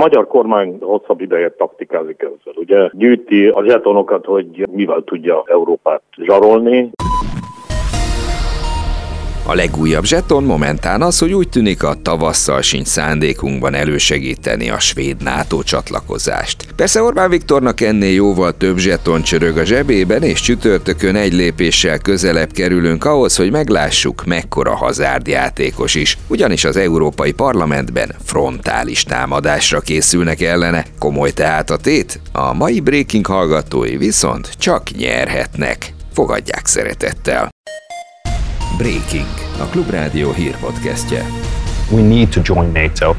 magyar kormány hosszabb ideje taktikázik ezzel. Ugye gyűjti a zsetonokat, hogy mivel tudja Európát zsarolni. A legújabb zseton momentán az, hogy úgy tűnik, a tavasszal sincs szándékunkban elősegíteni a svéd NATO csatlakozást. Persze Orbán Viktornak ennél jóval több zseton csörög a zsebében, és csütörtökön egy lépéssel közelebb kerülünk ahhoz, hogy meglássuk, mekkora hazárdjátékos is. Ugyanis az Európai Parlamentben frontális támadásra készülnek ellene. Komoly tehát a tét, a mai Breaking hallgatói viszont csak nyerhetnek. Fogadják szeretettel! Breaking, a Klubrádió hírpodcastje. We need to join NATO.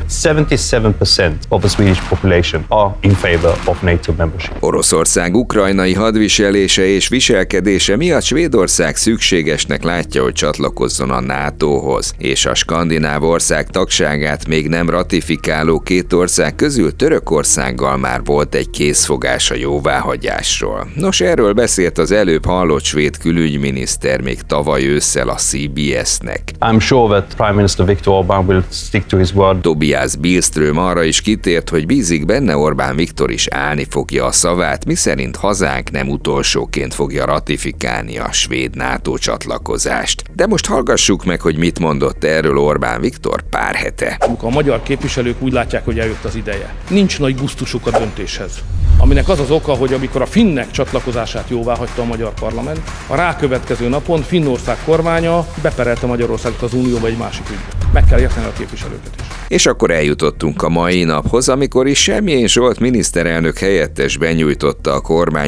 77% of the Swedish population are in favor of NATO membership. Oroszország ukrajnai hadviselése és viselkedése miatt Svédország szükségesnek látja, hogy csatlakozzon a NATO-hoz, és a skandináv ország tagságát még nem ratifikáló két ország közül Törökországgal már volt egy készfogás a jóváhagyásról. Nos, erről beszélt az előbb hallott svéd külügyminiszter még tavaly ősszel a CBS-nek. I'm sure that Prime Minister Viktor Orbán will stick to his word. Tobias Billström arra is kitért, hogy bízik benne, Orbán Viktor is állni fogja a szavát, miszerint hazánk nem utolsóként fogja ratifikálni a svéd NATO csatlakozást. De most hallgassuk meg, hogy mit mondott erről Orbán Viktor pár hete. A magyar képviselők úgy látják, hogy eljött az ideje. Nincs nagy gusztusuk a döntéshez. Aminek az az oka, hogy amikor a finnek csatlakozását jóváhagyta a magyar parlament, a rákövetkező napon Finnország kormánya beperelte Magyarországot az Unióba egy másik ügybe. Meg kell érteni a képviselőket is. És akkor eljutottunk a mai naphoz, amikor is Semjén Zsolt miniszterelnök helyettes benyújtotta a kormány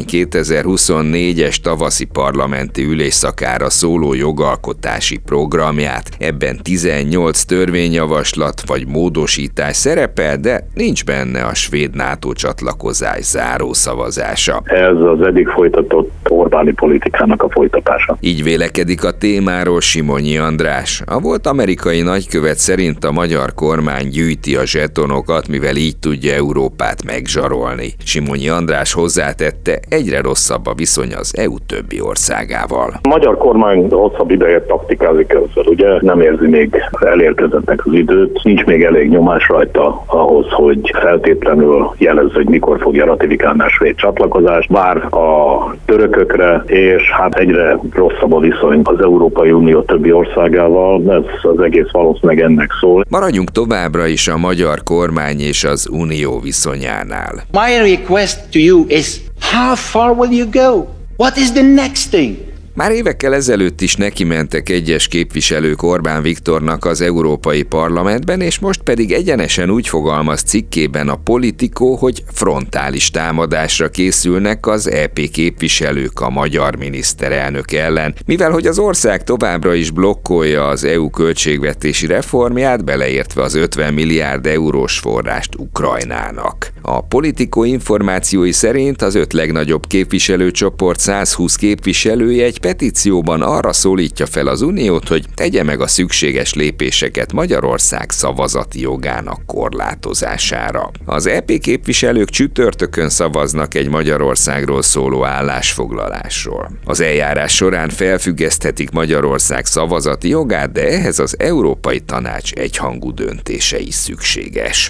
2024-es tavaszi parlamenti ülésszakára szóló jogalkotási programját. Ebben 18 törvényjavaslat vagy módosítás szerepel, de nincs benne a svéd NATO csatlakozás záró szavazása. Ez az eddig folytatott Orbáni politikának a folytatása. Így vélekedik a témáról Simonyi András. A volt amerikai nagykövet szerint a magyar kormány gyűjti a zsetonokat, mivel így tudja Európát megzsarolni. Simonyi András hozzátette, egyre rosszabb a viszony az EU többi országával. A magyar kormány hosszabb ideje taktikázik ezzel. Ugye nem érzi még elérkezettnek az időt, nincs még elég nyomás rajta ahhoz, hogy feltétlenül jelezze, hogy mikor fogja ratifikálni a svéd csatlakozást. Vár a törökökre, és hát egyre rosszabb a viszony az Európai Unió többi országával. Ez az egész valószínűleg ennek szól. Maradjunk továbbra is a magyar kormány és az Unió viszonyánál. My request to you is, how far will you go? What is the next thing? Már évekkel ezelőtt is nekimentek egyes képviselők Orbán Viktornak az Európai Parlamentben, és most pedig egyenesen úgy fogalmaz cikkében a Politico, hogy frontális támadásra készülnek az EP képviselők a magyar miniszterelnök ellen, mivel hogy az ország továbbra is blokkolja az EU költségvetési reformját, beleértve az 50 milliárd eurós forrást Ukrajnának. A Politico információi szerint az 5 legnagyobb képviselőcsoport 120 képviselője egy petícióban arra szólítja fel az Uniót, hogy tegye meg a szükséges lépéseket Magyarország szavazati jogának korlátozására. Az EP képviselők csütörtökön szavaznak egy Magyarországról szóló állásfoglalásról. Az eljárás során felfüggeszthetik Magyarország szavazati jogát, de ehhez az Európai Tanács egyhangú döntése is szükséges.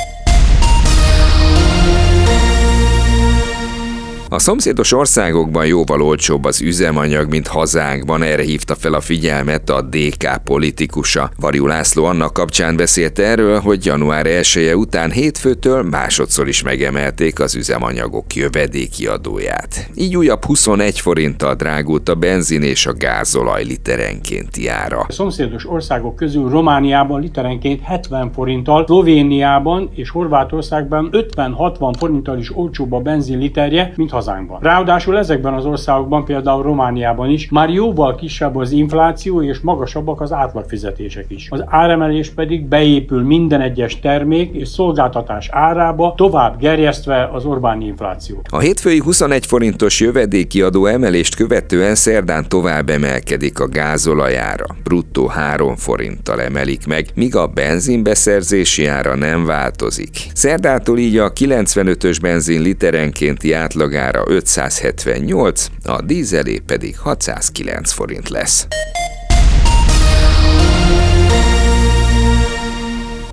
A szomszédos országokban jóval olcsóbb az üzemanyag, mint hazánkban, erre hívta fel a figyelmet a DK politikusa. Varjú László annak kapcsán beszélt erről, hogy január 1-e után hétfőtől másodszor is megemelték az üzemanyagok jövedéki adóját. Így újabb 21 forinttal drágult a benzin és a gázolaj literenkénti ára. A szomszédos országok közül Romániában literenként 70 forinttal, Szlovéniában és Horvátországban 50-60 forinttal is olcsóbb a benzin literje, mint hazánkban. Ráadásul ezekben az országokban, például Romániában is már jóval kisebb az infláció és magasabbak az átlagfizetések is. Az áremelés pedig beépül minden egyes termék és szolgáltatás árába, tovább gerjesztve az Orbáni inflációt. A hétfői 21 forintos jövedéki adó emelést követően szerdán tovább emelkedik a gázolajára. Bruttó 3 forinttal emelik meg, míg a benzin beszerzési ára nem változik. Szerdától így a 95-ös benzin literenkénti átlagára 578, a dízelé pedig 609 forint lesz.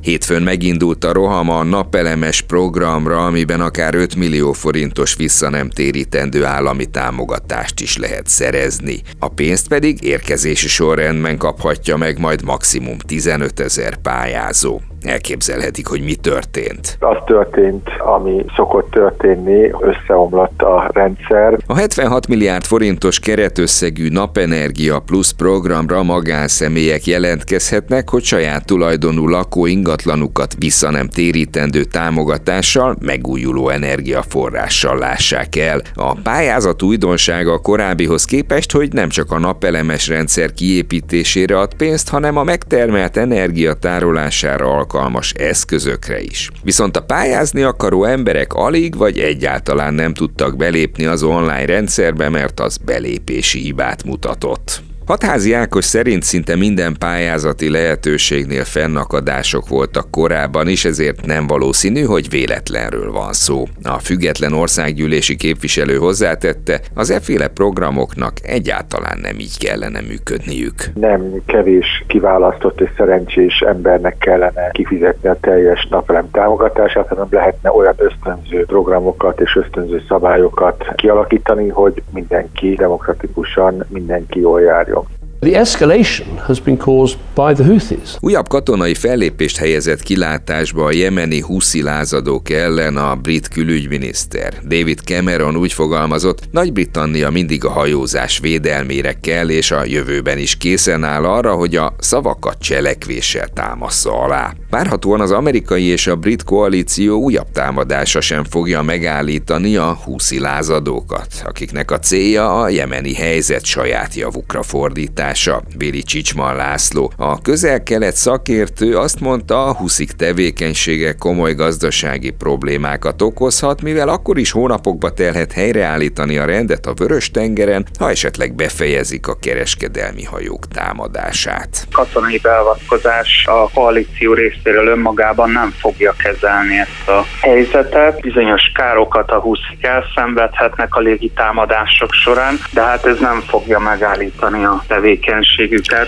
Hétfőn megindult a roham a napelemes programra, amiben akár 5 millió forintos vissza nem térítendő állami támogatást is lehet szerezni. A pénzt pedig érkezési sorrendben kaphatja meg majd maximum 15 000 pályázó. Elképzelhetik, hogy mi történt. Az történt, ami szokott történni, összeomlott a rendszer. A 76 milliárd forintos keretösszegű Napenergia Plusz programra magánszemélyek jelentkezhetnek, hogy saját tulajdonú lakó ingatlanukat vissza nem térítendő támogatással, megújuló energiaforrással lássák el. A pályázat újdonsága a korábbihoz képest, hogy nem csak a napelemes rendszer kiépítésére ad pénzt, hanem a megtermelt energia tárolására alkalmas eszközökre is. Viszont a pályázni akaró emberek alig vagy egyáltalán nem tudtak belépni az online rendszerbe, mert az belépési hibát mutatott. Hatházi Ákos szerint szinte minden pályázati lehetőségnél fennakadások voltak korábban is, ezért nem valószínű, hogy véletlenről van szó. A független országgyűlési képviselő hozzátette, az efféle programoknak egyáltalán nem így kellene működniük. Nem kevés kiválasztott és szerencsés embernek kellene kifizetni a teljes napelem támogatását, hanem lehetne olyan ösztönző programokat és ösztönző szabályokat kialakítani, hogy mindenki demokratikusan, mindenki jól járjon. The escalation has been caused by the Houthis. Újabb katonai fellépést helyezett kilátásba a jemeni huszi lázadók ellen a brit külügyminiszter. David Cameron úgy fogalmazott, Nagy-Britannia mindig a hajózás védelmére kell, és a jövőben is készen áll arra, hogy a szavakat cselekvéssel támassza alá. Várhatóan az amerikai és a brit koalíció újabb támadása sem fogja megállítani a huszi lázadókat, akiknek a célja a jemeni helyzet saját javukra fordítása. Béli Csicsman László. A közel-kelet szakértő azt mondta, a huszik tevékenysége komoly gazdasági problémákat okozhat, mivel akkor is hónapokba telhet helyreállítani a rendet a Vörös-tengeren, ha esetleg befejezik a kereskedelmi hajók támadását. Katonai beavatkozás a koalíció részéről önmagában nem fogja kezelni ezt a helyzetet. Bizonyos károkat a huszik elszenvedhetnek a légi támadások során, de hát ez nem fogja megállítani a tevékenységüket.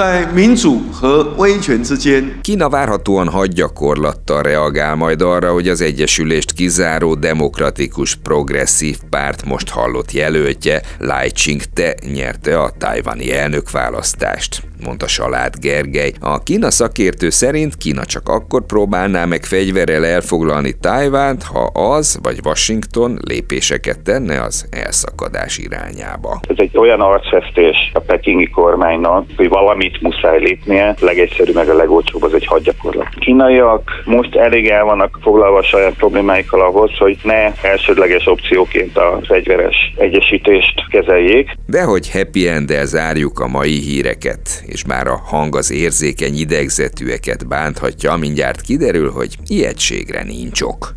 Kína várhatóan hadgyakorlattal reagál majd arra, hogy az egyesülést kizáró demokratikus progresszív párt most hallott jelöltje, Lai Ching-te nyerte a tajvani elnökválasztást, mondta Salád Gergely. A Kína szakértő szerint Kína csak akkor próbálná meg fegyverrel elfoglalni Tajvánt, ha az vagy Washington lépéseket tenne az elszakadás irányába. Ez egy olyan arcfestés a pekingi kormánynak, hogy valamit muszáj lépnie, legegyszerűbb meg a legolcsóbb az egy hadgyakorlat. Kínaiak most elég el vannak foglalva a saját problémáikkal ahhoz, hogy ne elsődleges opcióként a fegyveres egyesítést kezeljék. De hogy happy end-el zárjuk a mai híreket, és már a hang az érzékeny idegzetűeket bánthatja, mindjárt kiderül, hogy ijegységre nincs ok.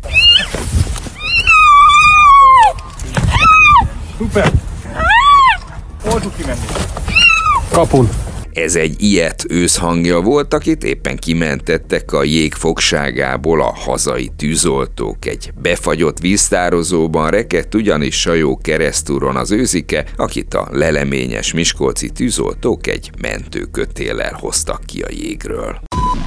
Szuper! Oldjuk kimenni! Kapun! Ez egy ilyet őszhangja volt, akit éppen kimentettek a jég fogságából a hazai tűzoltók. Egy befagyott víztározóban rekedt ugyanis Sajó Keresztúron az őzike, akit a leleményes miskolci tűzoltók egy mentőkötéllel hoztak ki a jégről.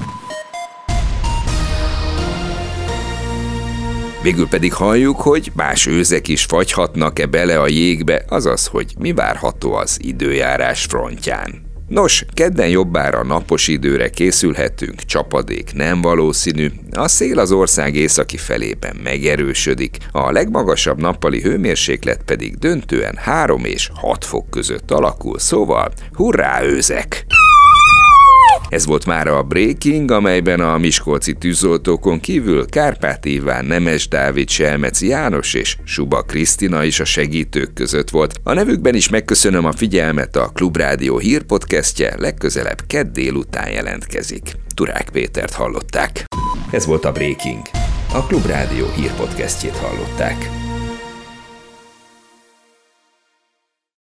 Végül pedig halljuk, hogy más őzek is fagyhatnak-e bele a jégbe, azaz, hogy mi várható az időjárás frontján. Nos, kedden jobbára napos időre készülhetünk, csapadék nem valószínű, a szél az ország északi felében megerősödik, a legmagasabb nappali hőmérséklet pedig döntően 3 és 6 fok között alakul, szóval hurrá őzek! Ez volt már a Breaking, amelyben a miskolci tűzoltókon kívül Kárpát Iván, Nemes Dávid, Selmeci János és Suba Krisztina is a segítők között volt. A nevükben is megköszönöm a figyelmet, a Klubrádió hírpodcastje legközelebb kedd délután jelentkezik. Turák Pétert hallották. Ez volt a Breaking. A Klubrádió hírpodcastjét hallották.